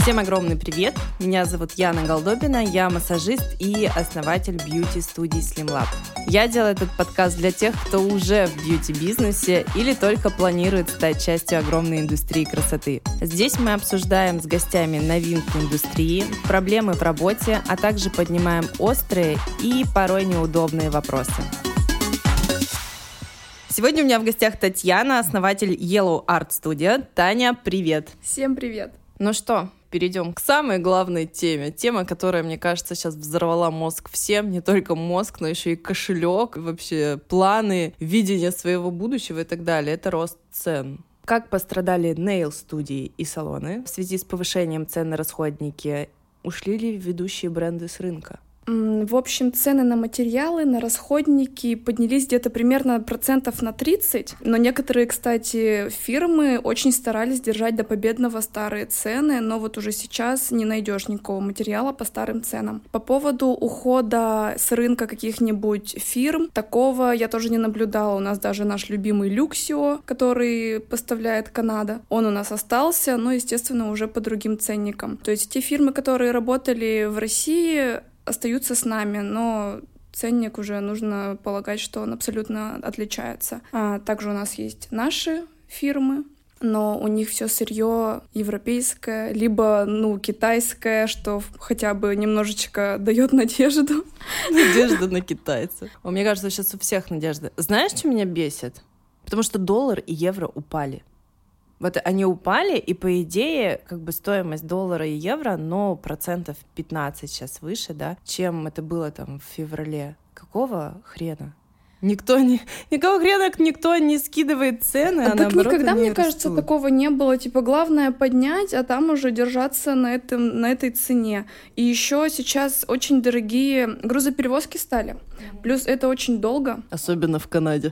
Всем огромный привет! Меня зовут Яна Голдобина, я массажист и основатель бьюти-студии Slim Lab. Я делаю этот подкаст для тех, кто уже в бьюти-бизнесе или только планирует стать частью огромной индустрии красоты. Здесь мы обсуждаем с гостями новинки индустрии, проблемы в работе, а также поднимаем острые и порой неудобные вопросы. Сегодня у меня в гостях Татьяна, основатель Yellow Art Studio. Таня, привет! Всем привет! Ну что, перейдем к самой главной теме. Тема, которая, мне кажется, сейчас взорвала мозг всем. Не только мозг, но еще и кошелек, вообще планы, видение своего будущего и так далее. Это рост цен. Как пострадали нейл-студии и салоны в связи с повышением цен на расходники? Ушли ли ведущие бренды с рынка? В общем, цены на материалы, на расходники поднялись где-то примерно процентов на 30, но некоторые, кстати, фирмы очень старались держать до победного старые цены, но вот уже сейчас не найдешь никакого материала по старым ценам. По поводу ухода с рынка каких-нибудь фирм, такого я тоже не наблюдала. У нас даже наш любимый Luxio, который поставляет Канада, он у нас остался, но, естественно, уже по другим ценникам. То есть те фирмы, которые работали в России, остаются с нами, но ценник уже нужно полагать, что он абсолютно отличается. Также у нас есть наши фирмы, но у них все сырье европейское, либо, китайское, что хотя бы немножечко дает надежду. Надежда на китайцев. Мне кажется, сейчас у всех надежда. Знаешь, что меня бесит? Потому что доллар и евро упали. Вот они упали, и, по идее, стоимость доллара и евро, но процентов 15 сейчас выше, да, чем это было там в феврале. Какого хрена? Никого хрена никто не скидывает цены, так наоборот, никогда, мне растут. кажется, такого не было. Главное поднять, а там уже держаться на этой цене. И еще сейчас очень дорогие грузоперевозки стали. Плюс это очень долго. Особенно в Канаде.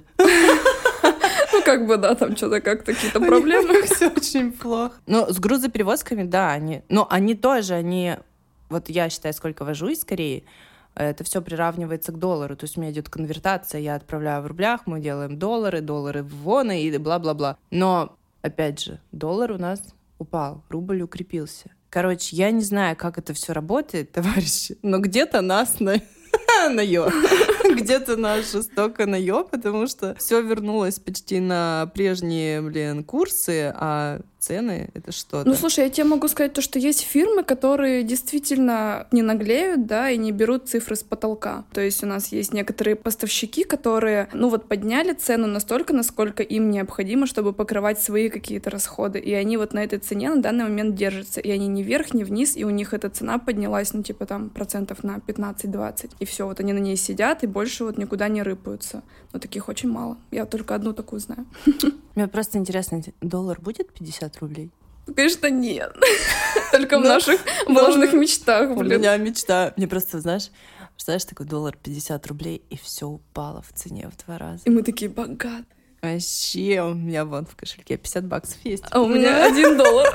Там что-то как-то какие-то проблемы. Все очень плохо. Но с грузоперевозками, да, они тоже, вот я считаю, сколько вожусь из Кореи, это все приравнивается к доллару. То есть у меня идет конвертация, я отправляю в рублях, мы делаем доллары в воны и бла-бла-бла. Но, опять же, доллар у нас упал, рубль укрепился. Короче, я не знаю, как это все работает, товарищи, но где-то нас наё. Где-то нас жестоко наё, потому что все вернулось почти на прежние, курсы, а цены — это что-то. Слушай, я тебе могу сказать то, что есть фирмы, которые действительно не наглеют, да, и не берут цифры с потолка. То есть у нас есть некоторые поставщики, которые, подняли цену настолько, насколько им необходимо, чтобы покрывать свои какие-то расходы. И они вот на этой цене на данный момент держатся. И они ни вверх, ни вниз, и у них эта цена поднялась, процентов на 15-20. И все, вот они на ней сидят и больше вот никуда не рыпаются. Но таких очень мало. Я только одну такую знаю. Мне просто интересно, доллар будет 50 рублей? Конечно, нет. Только в наших влажных мечтах, У меня мечта. Мне просто, представляешь, такой доллар 50 рублей, и все упало в цене в 2 раза. И мы такие богатые. Вообще, у меня вон в кошельке 50 баксов есть. А у меня $1.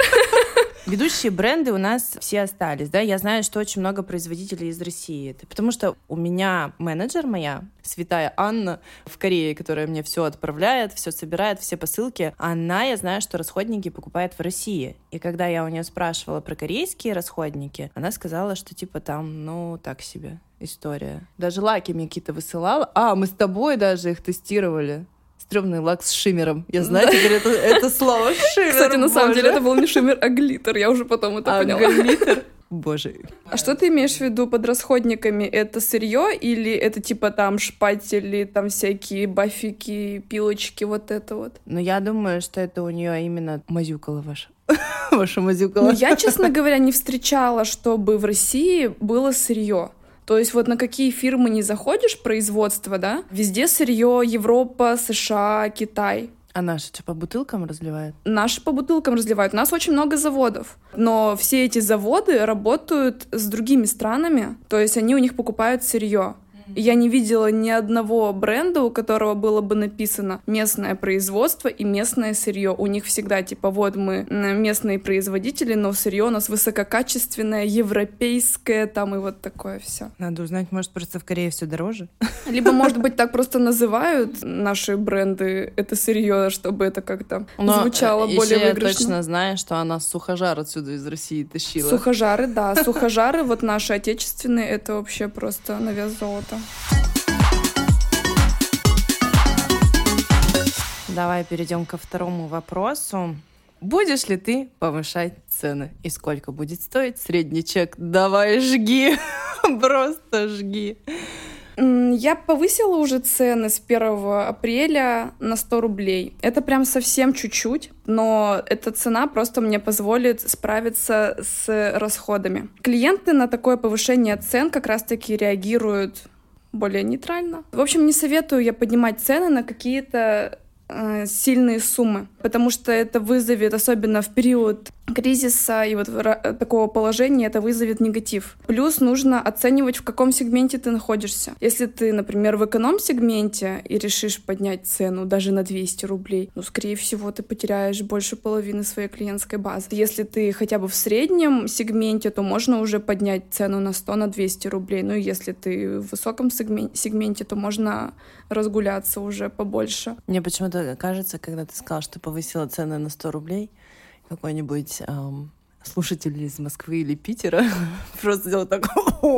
Ведущие бренды у нас все остались, да, я знаю, что очень много производителей из России, это потому что у меня менеджер моя, святая Анна в Корее, которая мне все отправляет, все собирает, все посылки, я знаю, что расходники покупает в России, и когда я у нее спрашивала про корейские расходники, она сказала, что там, так себе история. Даже лаки мне какие-то высылала, мы с тобой даже их тестировали. Стрёмный лак с шиммером. Я знаю теперь это слово шиммер. Кстати, на самом деле это был не шиммер, а глиттер. Я уже потом это поняла. Глиттер? Боже. А что ты имеешь в виду под расходниками? Это сырье или это шпатели, всякие бафики, пилочки, вот это вот? Я думаю, что это у нее именно мазюкала ваша. Ваша мазюкала. Я, честно говоря, не встречала, чтобы в России было сырье. То есть вот на какие фирмы не заходишь, производство, да, везде сырье, Европа, США, Китай. А наши по бутылкам разливают? Наши по бутылкам разливают. У нас очень много заводов. Но все эти заводы работают с другими странами. То есть они у них покупают сырье. Я не видела ни одного бренда, у которого было бы написано местное производство и местное сырье. У них всегда типа вот мы местные производители, но сырье у нас высококачественное, европейское, там и вот такое все. Надо узнать, может, просто в Корее все дороже? Либо, может быть, так просто называют наши бренды это сырье, чтобы это как-то звучало более выигрышно. Я точно знаю, что она сухожар отсюда из России тащила. Сухожары, да. Сухожары вот наши отечественные, это вообще просто на вес золота. Давай перейдем ко второму вопросу. Будешь ли ты повышать цены? И сколько будет стоить средний чек? Давай, жги. Просто жги. Я повысила уже цены с 1 апреля на 100 рублей. Это прям совсем чуть-чуть, но эта цена просто мне позволит справиться с расходами. Клиенты на такое повышение цен как раз-таки реагируют более нейтрально. В общем, не советую я поднимать цены на какие-то сильные суммы, потому что это вызовет, особенно в период кризиса и вот такого положения, это вызовет негатив. Плюс нужно оценивать, в каком сегменте ты находишься. Если ты, например, в эконом-сегменте и решишь поднять цену даже на 200 рублей, скорее всего, ты потеряешь больше половины своей клиентской базы. Если ты хотя бы в среднем сегменте, то можно уже поднять цену на 100, на 200 рублей. Ну и если ты в высоком сегменте, то можно разгуляться уже побольше. Мне почему-то кажется, когда ты сказала, что повысила цены на 100 рублей, какой-нибудь слушатель из Москвы или Питера просто делает так.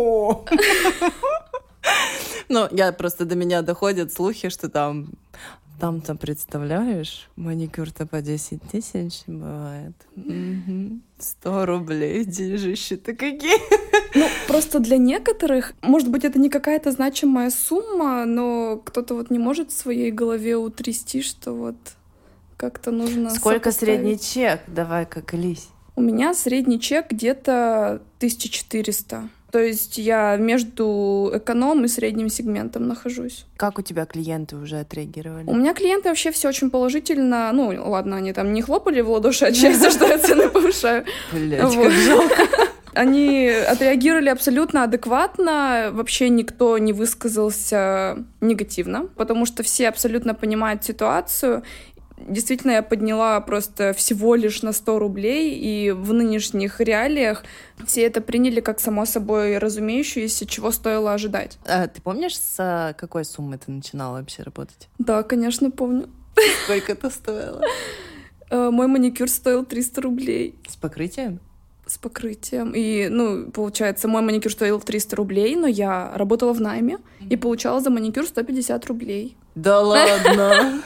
Ну, до меня доходят слухи, что там-то, представляешь, маникюр-то по 10 тысяч бывает. 100 рублей, деньжищи-то какие. Ну, просто для некоторых, может быть, это не какая-то значимая сумма, но кто-то вот не может в своей голове утрясти, что вот как-то нужно Сколько сопоставить. средний чек? Давай-ка колись. У меня средний чек где-то 1400. То есть я между эконом и средним сегментом нахожусь. Как у тебя клиенты уже отреагировали? У меня клиенты вообще все очень положительно. Ну, ладно, они там не хлопали в ладоши от счастья, что я цены повышаю. Блять, как жалко. Они отреагировали абсолютно адекватно, вообще никто не высказался негативно, потому что все абсолютно понимают ситуацию. Действительно, я подняла просто всего лишь на 100 рублей, и в нынешних реалиях все это приняли как само собой разумеющееся, чего стоило ожидать. А ты помнишь, с какой суммы ты начинала вообще работать? Да, конечно, помню. Сколько это стоило? Мой маникюр стоил 300 рублей. С покрытием? С покрытием. И, получается, мой маникюр стоил 300 рублей, но я работала в найме и получала за маникюр 150 рублей. Да ладно!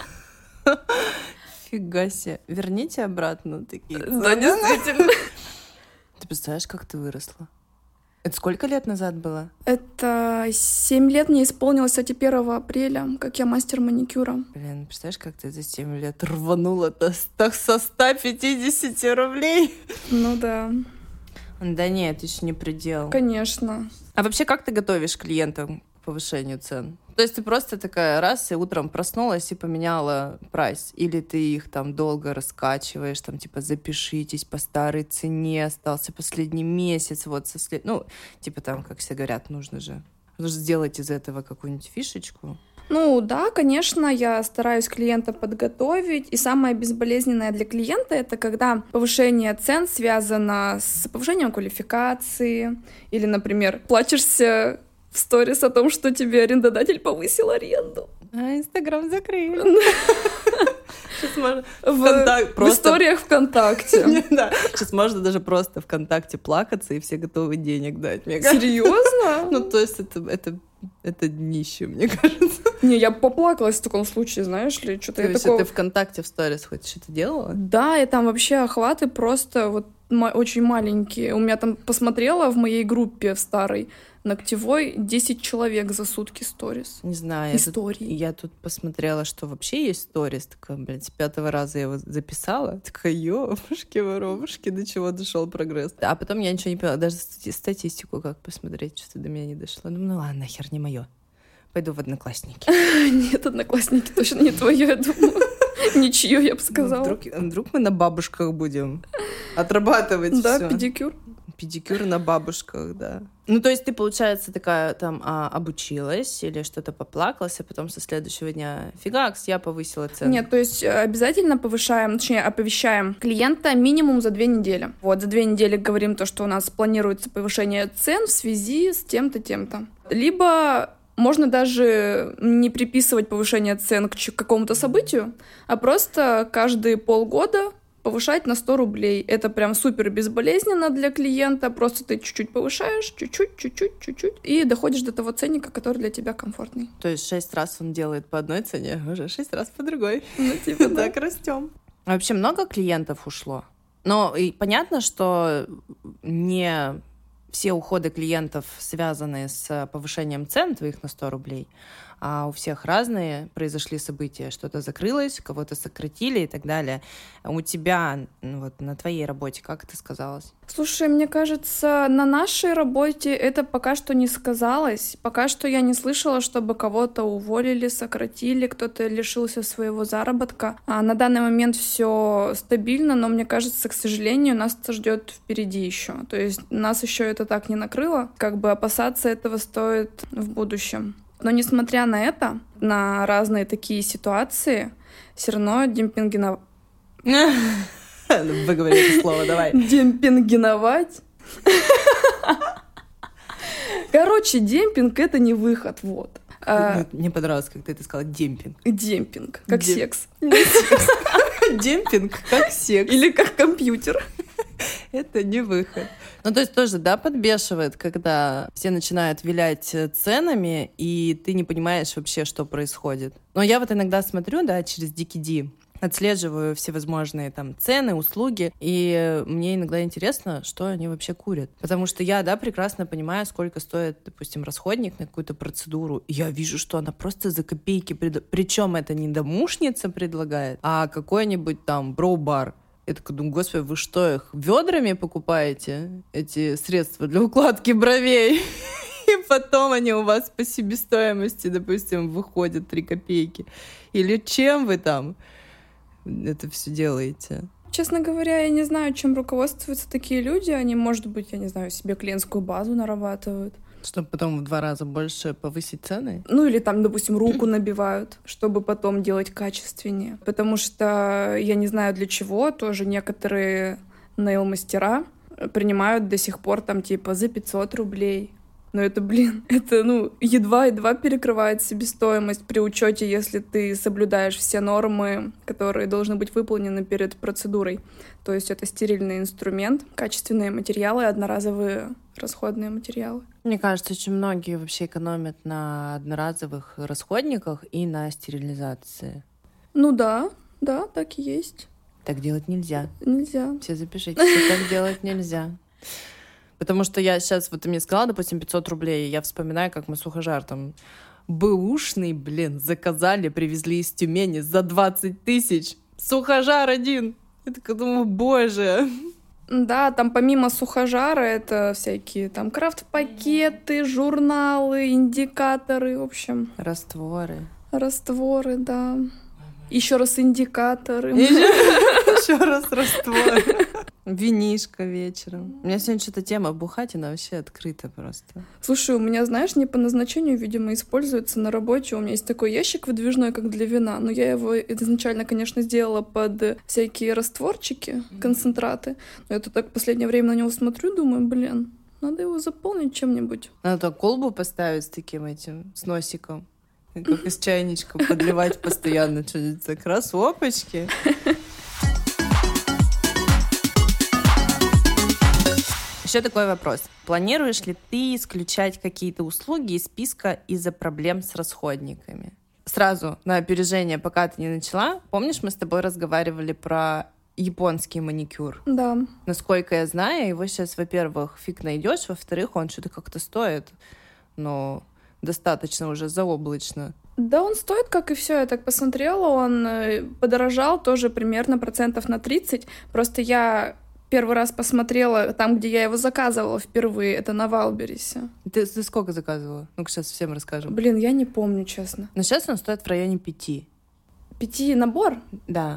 Фига себе. Верните обратно такие. Да, действительно. Ты представляешь, как ты выросла? Это сколько лет назад было? Это 7 лет мне исполнилось, кстати, 1 апреля, как я мастер маникюра. Блин, представляешь, как ты за 7 лет рванула-то со 150 рублей? Ну да. Да нет, еще не предел. Конечно. А вообще, как ты готовишь клиентам к повышению цен? То есть ты просто такая раз и утром проснулась и поменяла прайс? Или ты их там долго раскачиваешь, там типа запишитесь по старой цене, остался последний месяц, вот типа там, как все говорят, нужно же сделать из этого какую-нибудь фишечку. Ну да, конечно, я стараюсь клиента подготовить. И самое безболезненное для клиента — это когда повышение цен связано с повышением квалификации. Или, например, плачешься в сторис о том, что тебе арендодатель повысил аренду. А Инстаграм закрыли. В историях ВКонтакте. Да. Сейчас можно даже просто ВКонтакте плакаться, и все готовы денег дать. Серьезно? Ну, то есть это днище, мне кажется. Не, я поплакалась в таком случае, знаешь ли, что-то я такого... Ты ВКонтакте в сторис хоть что-то делала? Да, и там вообще охваты просто вот очень маленькие. У меня там посмотрела в моей группе в старой ногтевой 10 человек за сутки сторис. Не знаю. Истории. Я тут посмотрела, что вообще есть сторис. Такая, с 5-го раза я его записала. Такая, ёбушки-воробушки, до чего дошел прогресс. А потом я ничего не поняла. Даже статистику как посмотреть, что-то до меня не дошло. Думаю, ладно, нахер не мое. Пойду в Одноклассники. Нет, Одноклассники точно не твое, я думаю. Ничье, я бы сказала. Вдруг мы на бабушках будем отрабатывать да, всё. педикюр. Педикюр на бабушках, да. Ну, то есть ты, получается, такая там обучилась или что-то поплакалась, а потом со следующего дня фигакс, я повысила цену. Нет, то есть обязательно повышаем, точнее, оповещаем клиента минимум за 2 недели. Вот, за 2 недели говорим то, что у нас планируется повышение цен в связи с тем-то, тем-то. Либо можно даже не приписывать повышение цен к какому-то событию, а просто каждые полгода повышать на 100 рублей. Это прям супер безболезненно для клиента. Просто ты чуть-чуть повышаешь, чуть-чуть, и доходишь до того ценника, который для тебя комфортный. То есть 6 раз он делает по одной цене, уже 6 раз по другой. Ну, типа, да. Так растем. Вообще много клиентов ушло? Но и понятно, что не все уходы клиентов связаны с повышением цен твоих на 100 рублей, а у всех разные произошли события. Что-то закрылось, кого-то сократили и так далее. У тебя, вот на твоей работе, как это сказалось? Слушай, мне кажется, на нашей работе это пока что не сказалось. Пока что я не слышала, чтобы кого-то уволили, сократили, кто-то лишился своего заработка. А на данный момент все стабильно, но мне кажется, к сожалению, нас это ждет впереди еще. То есть нас еще это так не накрыло. Как бы опасаться этого стоит в будущем. Но несмотря на это, на разные такие ситуации, все равно демпингиновать... Выговори это слово, давай. Демпингиновать? Короче, демпинг — это не выход, вот. Мне понравилось, как ты это сказала, демпинг. Демпинг, как секс. Демпинг, как секс. Или как компьютер. Это не выход. Ну, то есть тоже, да, подбешивает, когда все начинают вилять ценами, и ты не понимаешь вообще, что происходит. Но я вот иногда смотрю, да, через DKD, отслеживаю всевозможные там цены, услуги, и мне иногда интересно, что они вообще курят. Потому что я, да, прекрасно понимаю, сколько стоит, допустим, расходник на какую-то процедуру. И я вижу, что она просто за копейки, причем это не домушница предлагает, а какой-нибудь там броу-бар. Я такая думаю, господи, вы что, их ведрами покупаете, эти средства для укладки бровей? И потом они у вас по себестоимости, допустим, выходят 3 копейки. Или чем вы там это все делаете? Честно говоря, я не знаю, чем руководствуются такие люди. Они, может быть, я не знаю, себе клиентскую базу нарабатывают. Чтобы потом в 2 раза больше повысить цены? Ну или там, допустим, руку набивают, чтобы потом делать качественнее. Потому что я не знаю для чего, тоже некоторые нейл-мастера принимают до сих пор там типа за 500 рублей. Но это, это, едва-едва перекрывает себестоимость при учете, если ты соблюдаешь все нормы, которые должны быть выполнены перед процедурой. То есть это стерильный инструмент, качественные материалы, одноразовые расходные материалы. Мне кажется, очень многие вообще экономят на одноразовых расходниках и на стерилизации. Ну да, так и есть. Так делать нельзя. Нельзя. Все запишите, что так делать нельзя. Потому что я сейчас, вот ты мне сказала, допустим, 500 рублей, я вспоминаю, как мы сухожар там бэушный, заказали, привезли из Тюмени за 20 тысяч. Сухожар один. Я такая думаю, боже. Да, там помимо сухожара это всякие там крафт-пакеты, журналы, индикаторы, в общем. Растворы, да. Еще раз индикаторы. Еще раз растворы. Винишко вечером. У меня сегодня что-то тема бухатина вообще открыта просто. Слушай, у меня, знаешь, не по назначению, видимо, используется на работе. У меня есть такой ящик выдвижной, как для вина, но я его изначально, конечно, сделала под всякие растворчики, концентраты. Но я так в последнее время на него смотрю, думаю, надо его заполнить чем-нибудь. Надо колбу поставить с таким этим, с носиком. Как из чайничка подливать постоянно что-нибудь. Красопочки. Еще такой вопрос. Планируешь ли ты исключать какие-то услуги из списка из-за проблем с расходниками? Сразу на опережение, пока ты не начала, помнишь, мы с тобой разговаривали про японский маникюр? Да. Насколько я знаю, его сейчас, во-первых, фиг найдешь, во-вторых, он что-то как-то стоит, но достаточно уже заоблачно. Да, он стоит, как и все. Я так посмотрела, он подорожал тоже примерно 30%. Просто я первый раз посмотрела там, где я его заказывала впервые, это на Вайлдберрисе. Ты сколько заказывала? Ну-ка, сейчас всем расскажем. Я не помню, честно. Но сейчас он стоит в районе 5. 5 набор? Да.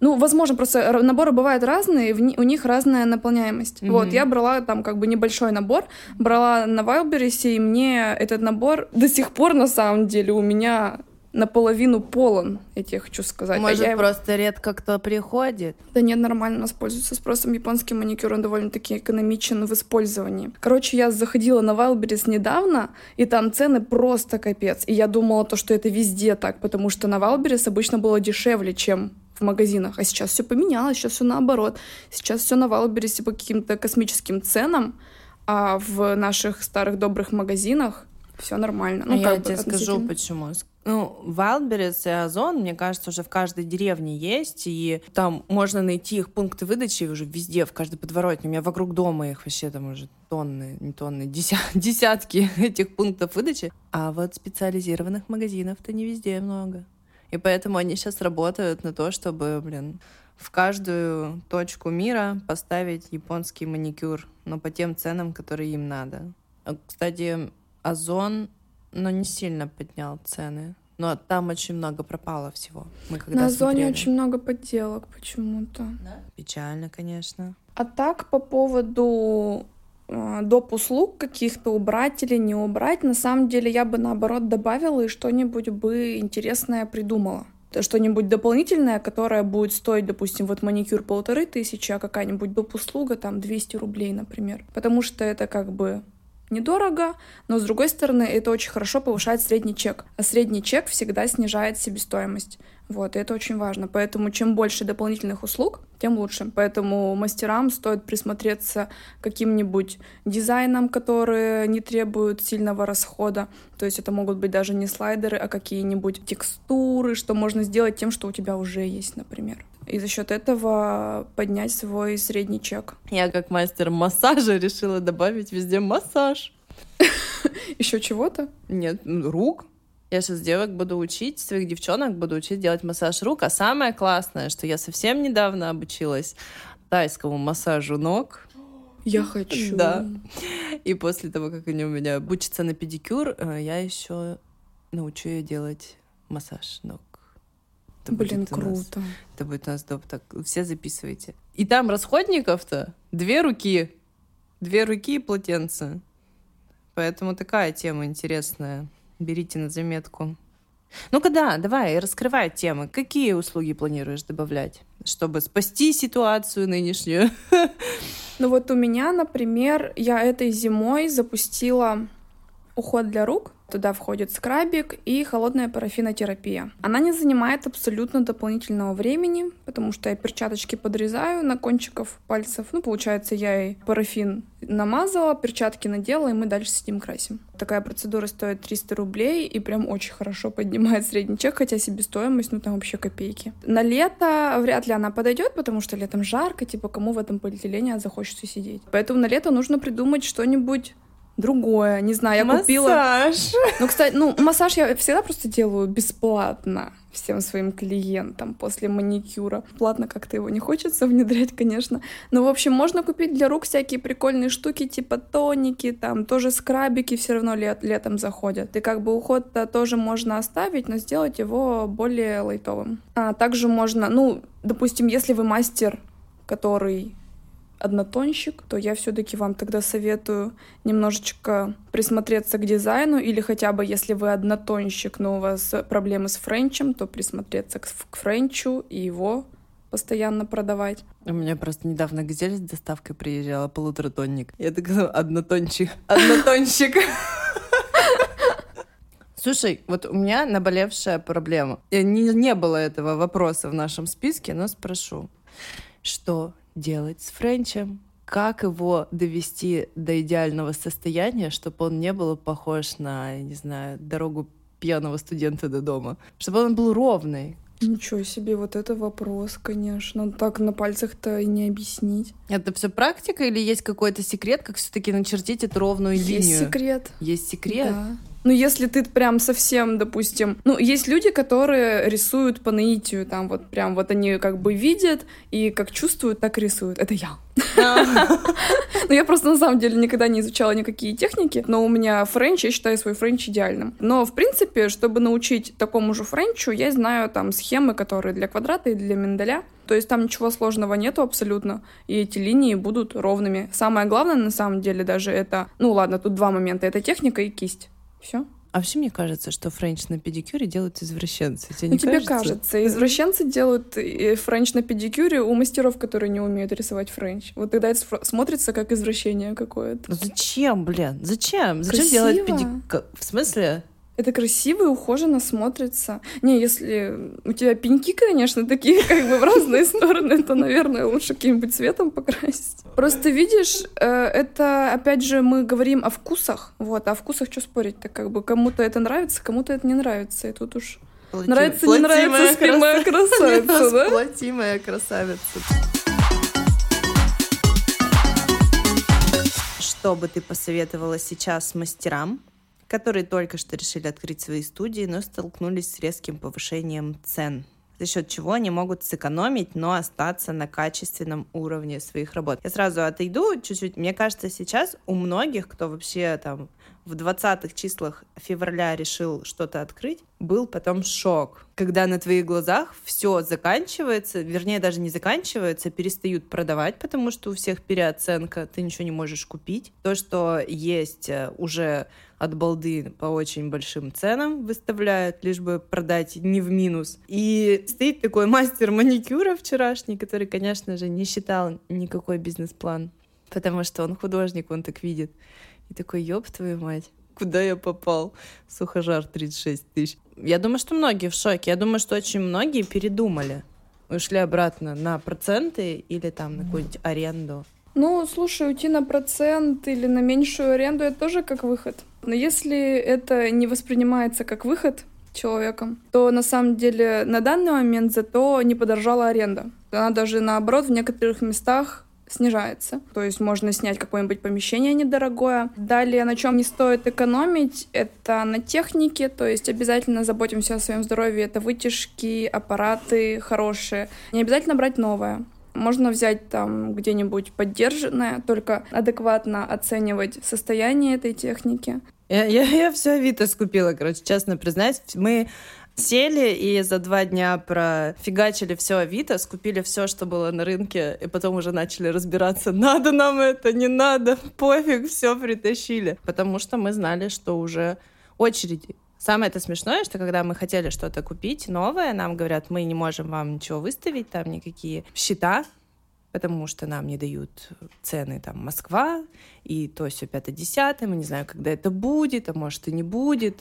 Ну, возможно, просто наборы бывают разные, и у них разная наполняемость. Вот, я брала там как бы небольшой набор, брала на Wildberries, и мне этот набор до сих пор, на самом деле, у меня наполовину полон, я тебе хочу сказать. Может, просто редко кто приходит? Да нет, нормально, у нас пользуется спросом японский маникюр, он довольно-таки экономичен в использовании. Короче, я заходила на Wildberries недавно, и там цены просто капец. И я думала, что это везде так, потому что на Wildberries обычно было дешевле, чем в магазинах. А сейчас все поменялось, сейчас все наоборот. Сейчас все на Wildberries по каким-то космическим ценам, а в наших старых добрых магазинах все нормально. Ну, я тебе скажу, почему. Ну, Wildberries и Озон, мне кажется, уже в каждой деревне есть, и там можно найти их пункты выдачи уже везде, в каждой подворотне. У меня вокруг дома их вообще там уже тонны, не тонны, десятки этих пунктов выдачи. А вот специализированных магазинов-то не везде много. И поэтому они сейчас работают на то, чтобы, в каждую точку мира поставить японский маникюр, но по тем ценам, которые им надо. Кстати, Озон, не сильно поднял цены. Но там очень много пропало всего. На Озоне очень много подделок почему-то. Да? Печально, конечно. А так, по поводу доп. Услуг каких-то убрать или не убрать, на самом деле я бы, наоборот, добавила и что-нибудь бы интересное придумала. Что-нибудь дополнительное, которое будет стоить, допустим, вот маникюр 1500, а какая-нибудь доп. Услуга, там, 200 рублей, например. Потому что это как бы недорого, но, с другой стороны, это очень хорошо повышает средний чек. А средний чек всегда снижает себестоимость. Вот, и это очень важно. Поэтому чем больше дополнительных услуг, тем лучше. Поэтому мастерам стоит присмотреться к каким-нибудь дизайнам, которые не требуют сильного расхода. То есть это могут быть даже не слайдеры, а какие-нибудь текстуры, что можно сделать тем, что у тебя уже есть, например. И за счет этого поднять свой средний чек. Я как мастер массажа решила добавить везде массаж. Еще чего-то? Нет, рук. Я сейчас девок буду учить, своих девчонок буду учить делать массаж рук. А самое классное, что я совсем недавно обучилась тайскому массажу ног. Я хочу. Да. И после того, как они у меня обучатся на педикюр, я еще научу ее делать массаж ног. Это круто. Это будет у нас так. Все записывайте. И там расходников-то 2 руки. 2 руки и полотенце. Поэтому такая тема интересная. Берите на заметку. Ну-ка, давай, раскрывай темы. Какие услуги планируешь добавлять, чтобы спасти ситуацию нынешнюю? Ну вот у меня, например, я этой зимой запустила уход для рук. Туда входит скрабик и холодная парафинотерапия. Она не занимает абсолютно дополнительного времени, потому что я перчаточки подрезаю на кончиков пальцев. Получается, я и парафин намазала, перчатки надела, и мы дальше сидим красим. Такая процедура стоит 300 рублей и прям очень хорошо поднимает средний чек, хотя себестоимость, там вообще копейки. На лето вряд ли она подойдет, потому что летом жарко, кому в этом полиэтилене захочется сидеть. Поэтому на лето нужно придумать что-нибудь другое, не знаю, я купила... Массаж! Кстати, массаж я всегда просто делаю бесплатно всем своим клиентам после маникюра. Платно как-то его не хочется внедрять, конечно. Но, в общем, можно купить для рук всякие прикольные штуки, типа тоники, там тоже скрабики все равно летом заходят. И уход-то тоже можно оставить, но сделать его более лайтовым. А также можно, допустим, если вы мастер, который однотонщик, то я все-таки вам тогда советую немножечко присмотреться к дизайну, или хотя бы, если вы однотонщик, но у вас проблемы с френчем, то присмотреться к френчу и его постоянно продавать. У меня просто недавно «Газель» с доставкой приезжала, 1,5-тонник. Я такая, однотонщик. Слушай, вот у меня наболевшая проблема. Не было этого вопроса в нашем списке, но спрошу. Что делать с френчем? Как его довести до идеального состояния, чтобы он не был похож на, я не знаю, дорогу пьяного студента до дома? Чтобы он был ровный. Ничего себе, вот это вопрос, конечно. Так на пальцах-то и не объяснить. Это все практика или есть какой-то секрет, как все-таки начертить эту ровную линию? Есть секрет. Есть секрет? Да. Если ты прям совсем, допустим... есть люди, которые рисуют по наитию, там прям они видят и как чувствуют, так рисуют. Это я. Я просто на самом деле никогда не изучала никакие техники, но у меня френч, я считаю свой френч идеальным. Но, в принципе, чтобы научить такому же френчу, я знаю там схемы, которые для квадрата и для миндаля. То То есть там ничего сложного нету абсолютно, и эти линии будут ровными. Самое главное, на самом деле, даже это... Ну ладно, тут два момента. Это техника и кисть. Все. А вообще мне кажется, что френч на педикюре делают извращенцы. Тебе Ну, не тебе кажется? кажется. Извращенцы делают френч на педикюре у мастеров, которые не умеют рисовать френч. Вот тогда это смотрится как извращение какое-то. Ну зачем, блин? Зачем? Зачем Красиво. делать педикюр? В смысле? Это красиво и ухоженно смотрится. Не, если у тебя пеньки, конечно, такие как бы в разные стороны, то, наверное, лучше каким-нибудь цветом покрасить. Просто видишь, это, опять же, мы говорим о вкусах. Вот, а о вкусах что спорить-то? Как бы кому-то это нравится, кому-то это не нравится. И тут уж нравится, не нравится, спи моя красавица, да? Плати, моя красавица. Что бы ты посоветовала сейчас мастерам, которые только что решили открыть свои студии, но столкнулись с резким повышением цен, за счет чего они могут сэкономить, но остаться на качественном уровне своих работ? Я сразу отойду чуть-чуть. Мне кажется, сейчас у многих, кто вообще там в 20-х числах февраля решил что-то открыть, был потом шок, когда на твоих глазах все заканчивается, вернее, даже не заканчивается, перестают продавать, потому что у всех переоценка, ты ничего не можешь купить. То, что есть уже от балды по очень большим ценам выставляют, лишь бы продать не в минус. И стоит такой мастер маникюра вчерашний, который, конечно же, не считал никакой бизнес-план, потому что он художник, он так видит. И такой, ёб твою мать, куда я попал? Сухожар 36 тысяч. Я думаю, что многие в шоке. Я думаю, что очень многие передумали. Ушли обратно на проценты или там на какую-нибудь аренду. Ну, слушай, уйти на процент или на меньшую аренду — это тоже как выход. Но если это не воспринимается как выход человеком, то на самом деле на данный момент зато не подорожала аренда. Она даже наоборот в некоторых местах снижается. То есть можно снять какое-нибудь помещение недорогое. Далее, на чем не стоит экономить, это на технике. То есть обязательно заботимся о своем здоровье. Это вытяжки, аппараты хорошие. Не обязательно брать новое. Можно взять там где-нибудь поддержанное, только адекватно оценивать состояние этой техники. Я все Авито скупила, короче, честно признаюсь. Мы сели и за 2 дня профигачили все Авито, скупили все, что было на рынке, и потом уже начали разбираться, надо нам это, не надо, пофиг, все притащили. Потому что мы знали, что уже очереди. Самое это смешное, что когда мы хотели что-то купить новое, нам говорят, мы не можем вам ничего выставить, там никакие счета, потому что нам не дают цены там Москва, и то все 5-10, мы не знаем, когда это будет, а может и не будет,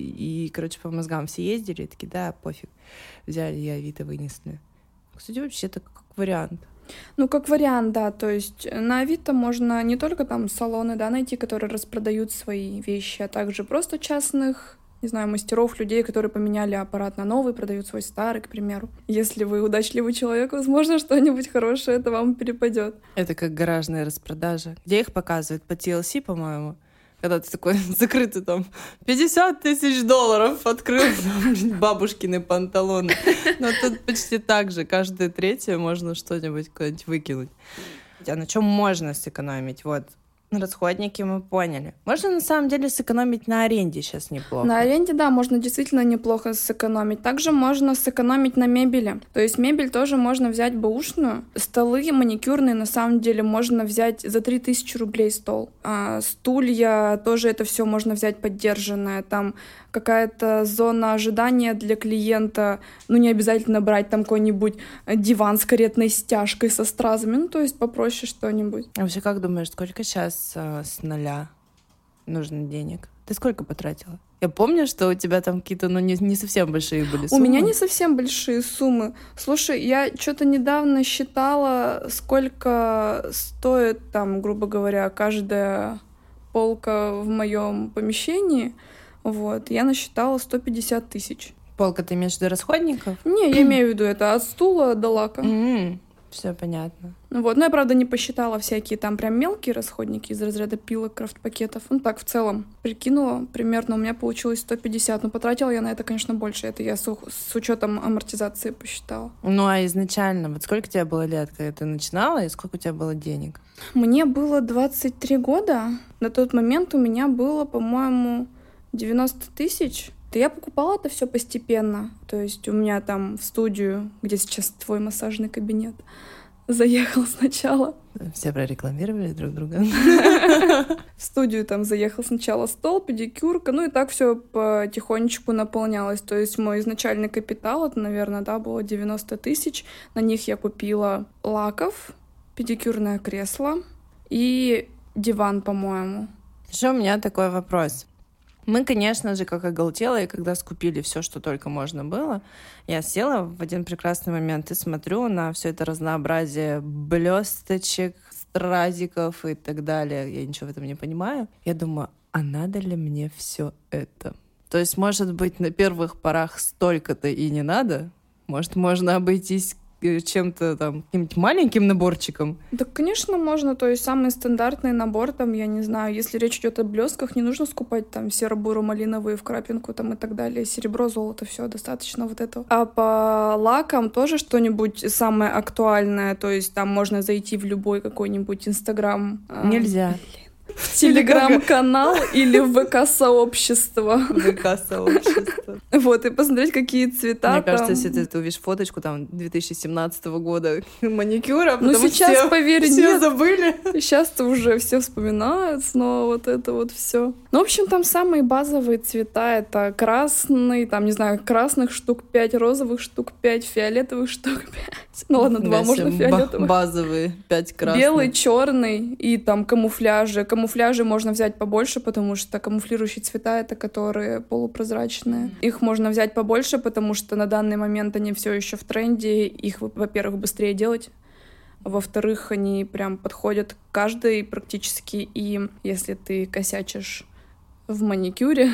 и короче, по мозгам все ездили, и такие, да, пофиг, взяли и Авито вынесли. Кстати, вообще это как вариант. Ну, как вариант, да, то есть на Авито можно не только там салоны, да, найти, которые распродают свои вещи, а также просто частных, не знаю, мастеров, людей, которые поменяли аппарат на новый, продают свой старый, к примеру. Если вы удачливый человек, возможно, что-нибудь хорошее это вам перепадет. Это как гаражная распродажа. Где их показывают? По TLC, по-моему. Когда ты такой закрытый там $50 000 открыл бабушкины панталоны. Но тут почти так же. Каждое третье можно что-нибудь куда-нибудь выкинуть. А на чем можно сэкономить? Вот. Расходники мы поняли. Можно на самом деле сэкономить на аренде сейчас неплохо. На аренде, да, можно действительно неплохо сэкономить. Также можно сэкономить на мебели. То есть мебель тоже можно взять бэушную. Столы маникюрные на самом деле можно взять за 3000 рублей стол. А стулья тоже это все можно взять поддержанное. Там какая-то зона ожидания для клиента. Ну, не обязательно брать там какой-нибудь диван с каретной стяжкой, со стразами. Ну, то есть попроще что-нибудь. А вообще, как думаешь, сколько сейчас с нуля нужно денег? Ты сколько потратила? Я помню, что у тебя там какие-то, ну, не совсем большие были суммы. У меня не совсем большие суммы. Слушай, я что-то недавно считала, сколько стоит там, грубо говоря, каждая полка в моем помещении. Вот, я насчитала 150 000. Полка ты имеешь в виду расходников? Не, я имею в виду это от стула до лака. Все понятно. Вот, но я, правда, не посчитала всякие там прям мелкие расходники из разряда пилок, крафт-пакетов. Ну так, в целом, прикинула примерно, у меня получилось 150. Но потратила я на это, конечно, больше. Это я с учетом амортизации посчитала. Ну а изначально, вот сколько тебе было лет, когда ты начинала, и сколько у тебя было денег? Мне было 23 года. На тот момент у меня было, по-моему, 90 000. Да я покупала это все постепенно. То есть у меня там в студию, где сейчас твой массажный кабинет, заехал сначала. Все прорекламировали друг друга. В студию там заехал сначала стол, педикюрка, ну и так все потихонечку наполнялось. То есть мой изначальный капитал, это, наверное, да, было 90 тысяч. На них я купила лаков, педикюрное кресло и диван, по-моему. Еще у меня такой вопрос. Мы, конечно же, как оголтелые, когда скупили все, что только можно было, я села в один прекрасный момент и смотрю на все это разнообразие блесточек, стразиков и так далее. Я ничего в этом не понимаю. Я думаю, а надо ли мне все это? То есть, может быть, на первых порах столько-то и не надо? Может, можно обойтись чем-то там, каким-нибудь маленьким наборчиком? Да, конечно, можно. То есть самый стандартный набор, там, я не знаю, если речь идет о блестках, не нужно скупать там серо-буро-малиновые в крапинку там и так далее. Серебро, золото, все достаточно вот этого. А по лакам тоже что-нибудь самое актуальное. То есть там можно зайти в любой какой-нибудь Инстаграм. Нельзя. В Телеграм-канал или в ВК-сообщество. ВК-сообщество. Вот, и посмотреть, какие цвета. Мне кажется, если ты увидишь фоточку там 2017 года маникюра, ну сейчас, поверь, все нет. забыли. Сейчас-то уже все вспоминают снова вот это вот все. Ну, в общем, там самые базовые цвета. Это красный, там, не знаю, красных штук 5, розовых штук 5, фиолетовых штук 5. Ну ладно, 2 можно фиолетовых. Базовые, 5 красных. Белый, черный и там камуфляжи. Камуфляжи можно взять побольше, потому что камуфлирующие цвета — это которые полупрозрачные. Их можно взять побольше, потому что на данный момент они все еще в тренде. Их, во-первых, быстрее делать. Во-вторых, они прям подходят к каждой практически. И если ты косячишь в маникюре,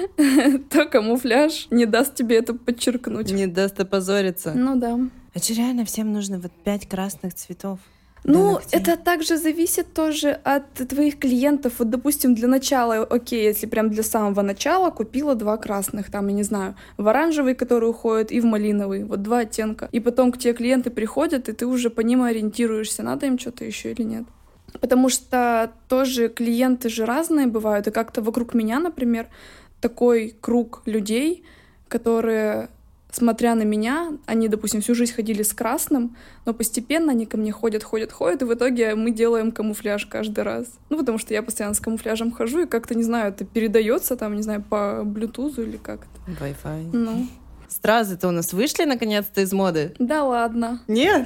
то камуфляж не даст тебе это подчеркнуть. Не даст опозориться. Ну да. А че реально всем нужно вот 5 красных цветов? Ну, это также зависит тоже от твоих клиентов. Вот, допустим, для начала, окей, если прям для самого начала купила 2 красных, там, я не знаю, в оранжевый, который уходит, и в малиновый, вот 2 оттенка. И потом к тебе клиенты приходят, и ты уже по ним ориентируешься, надо им что-то еще или нет. Потому что тоже клиенты же разные бывают, и как-то вокруг меня, например, такой круг людей, которые, смотря на меня, они, допустим, всю жизнь ходили с красным, но постепенно они ко мне ходят, и в итоге мы делаем камуфляж каждый раз. Ну, потому что я постоянно с камуфляжем хожу, и как-то, не знаю, это передается там, не знаю, по блютузу или как это. Wi-Fi. Ну. Стразы-то у нас вышли наконец-то из моды? Да ладно. Нет?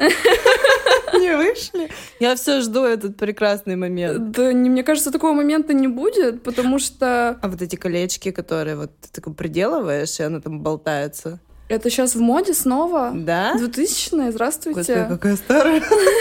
Не вышли? Я все жду этот прекрасный момент. Да, мне кажется, такого момента не будет, потому что... А вот эти колечки, которые вот ты такой приделываешь, и оно там болтается. Это сейчас в моде снова? Да? 2000-е, здравствуйте. Господи, какая старая.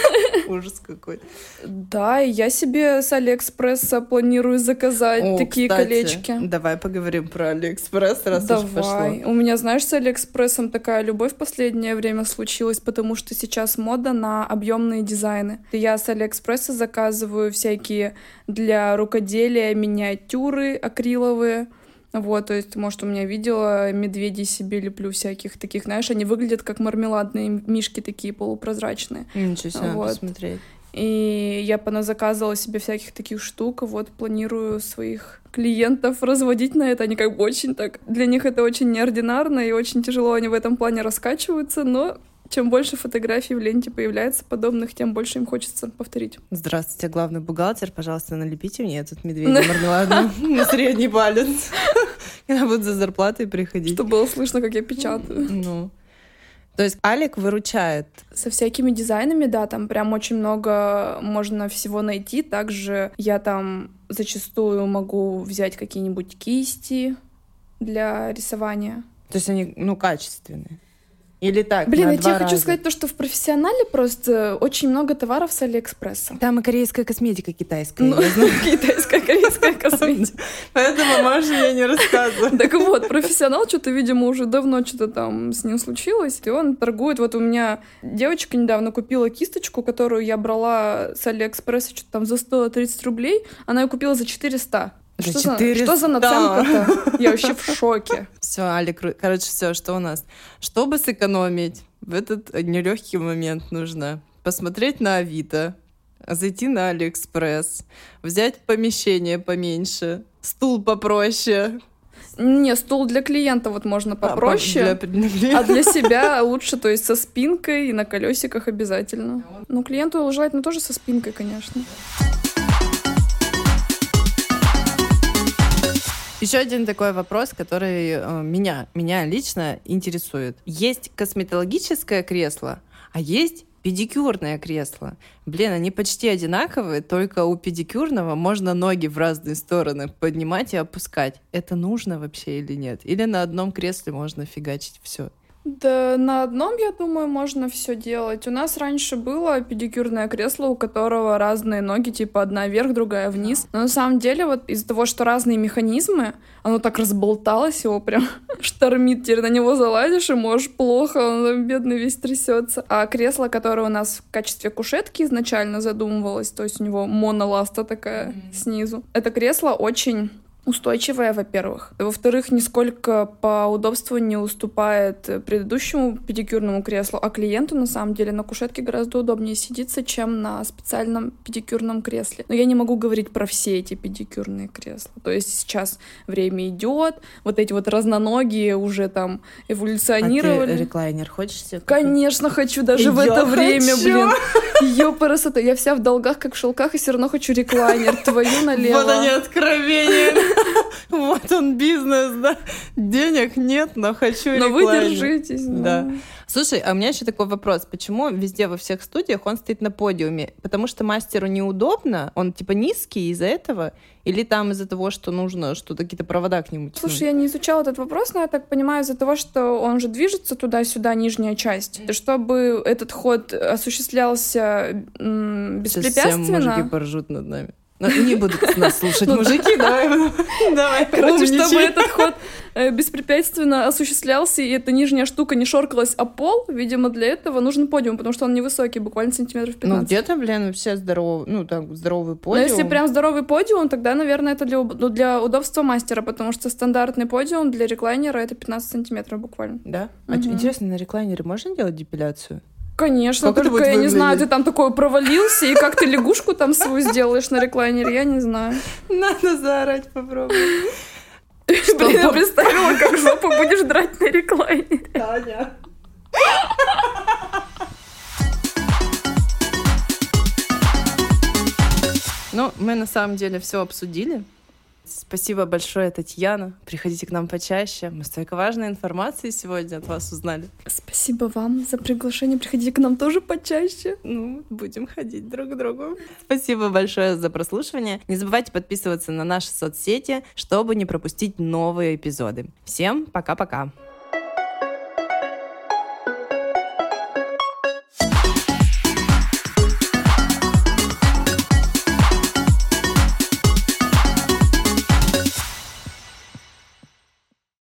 Ужас какой. Да, и я себе с Алиэкспресса планирую заказать такие колечки. Давай поговорим про Алиэкспресс, раз уж пошло. Давай. У меня, знаешь, с Алиэкспрессом такая любовь в последнее время случилась, потому что сейчас мода на объемные дизайны. Я с Алиэкспресса заказываю всякие для рукоделия миниатюры акриловые. Вот, то есть, может, у меня видела, медведей себе леплю всяких таких, знаешь, они выглядят как мармеладные мишки такие полупрозрачные. Ничего себе, вот. Посмотреть. И я поназаказывала себе всяких таких штук, вот, планирую своих клиентов разводить на это. Они как бы очень так... Для них это очень неординарно, и очень тяжело они в этом плане раскачиваются, но... Чем больше фотографий в ленте появляется подобных, тем больше им хочется повторить. Здравствуйте, главный бухгалтер. Пожалуйста, налепите мне этот медведя мармеладный на средний палец. Я буду за зарплатой приходить. Чтобы было слышно, как я печатаю. Ну. То есть Алик выручает. Со всякими дизайнами, да, там прям очень много можно всего найти. Также я там зачастую могу взять какие-нибудь кисти для рисования. То есть они, качественные. Или так, Блин, я тебе раза. хочу сказать то, что в профессионале просто очень много товаров с Алиэкспресса. Там и корейская косметика китайская. Китайская, корейская косметика. Поэтому можешь мне не рассказывать. Так вот, профессионал что-то, видимо, уже давно что-то там с ним случилось, и он торгует. Вот у меня девочка недавно купила кисточку, которую я брала с Алиэкспресса что-то там за 130 рублей, она ее купила за 400. Что за наценка-то? Я вообще в шоке. Все, Алик, короче, все, что у нас? Чтобы сэкономить в этот нелегкий момент, нужно посмотреть на Авито, зайти на Алиэкспресс, взять помещение поменьше, стул попроще, Не, стул для клиента вот можно попроще, а для себя лучше, то есть со спинкой и на колесиках обязательно. Ну, клиенту желательно тоже со спинкой, конечно. Еще один такой вопрос, который меня лично интересует. Есть косметологическое кресло, а есть педикюрное кресло. Блин, они почти одинаковые, только у педикюрного можно ноги в разные стороны поднимать и опускать. Это нужно вообще или нет? Или на одном кресле можно фигачить все? Да на одном, я думаю, можно все делать. У нас раньше было педикюрное кресло, у которого разные ноги, типа одна вверх, другая вниз. Но на самом деле вот из-за того, что разные механизмы, оно так разболталось, его прям штормит. Теперь на него залазишь и можешь плохо, он там бедный весь трясется. А кресло, которое у нас в качестве кушетки изначально задумывалось, то есть у него моноласта такая снизу. Это кресло очень устойчивая, во-первых. Во-вторых, нисколько по удобству не уступает предыдущему педикюрному креслу, а клиенту, на самом деле, на кушетке гораздо удобнее сидится, чем на специальном педикюрном кресле. Но я не могу говорить про все эти педикюрные кресла. То есть сейчас время идет, вот эти вот разноногие уже там эволюционировали. А ты реклайнер хочешь себе? Конечно, хочу, даже в это время, блин. Ёпарасота, я вся в долгах, как в шелках, и все равно хочу реклайнер. Твою налево. Вот они откровения. Вот он бизнес, да. Денег нет, но хочу реклайнер. Но вы держитесь. Да. Слушай, а у меня еще такой вопрос. Почему везде во всех студиях он стоит на подиуме? Потому что мастеру неудобно? Он типа низкий из-за этого? Или там из-за того, что нужно что-то, какие-то провода к нему тянуть? Слушай, я не изучала этот вопрос, но я так понимаю, из-за того, что он же движется туда-сюда, нижняя часть. Чтобы этот ход осуществлялся беспрепятственно... Сейчас все мужики поржут над нами. Не будут нас слушать мужики, давай. Короче, чтобы этот ход беспрепятственно осуществлялся, и эта нижняя штука не шоркалась о пол, видимо, для этого нужен подиум, потому что он невысокий, буквально сантиметров 15. Ну, где-то, блин, вообще здоровый подиум. Но если прям здоровый подиум, тогда, наверное, это для удобства мастера, потому что стандартный подиум для реклайнера — это 15 сантиметров буквально. Да? А интересно, на реклайнере можно делать депиляцию? Конечно, как только я не знаю, ты там такой провалился, и как ты лягушку там свою сделаешь на реклайнере, я не знаю. Надо заорать, попробуй. Блин, я представила, как жопу будешь драть на реклайнере. Таня. Ну, мы на самом деле все обсудили. Спасибо большое, Татьяна. Приходите к нам почаще. Мы столько важной информации сегодня от вас узнали. Спасибо вам за приглашение. Приходите к нам тоже почаще. Ну, будем ходить друг к другу. Спасибо большое за прослушивание. Не забывайте подписываться на наши соцсети, чтобы не пропустить новые эпизоды. Всем пока-пока.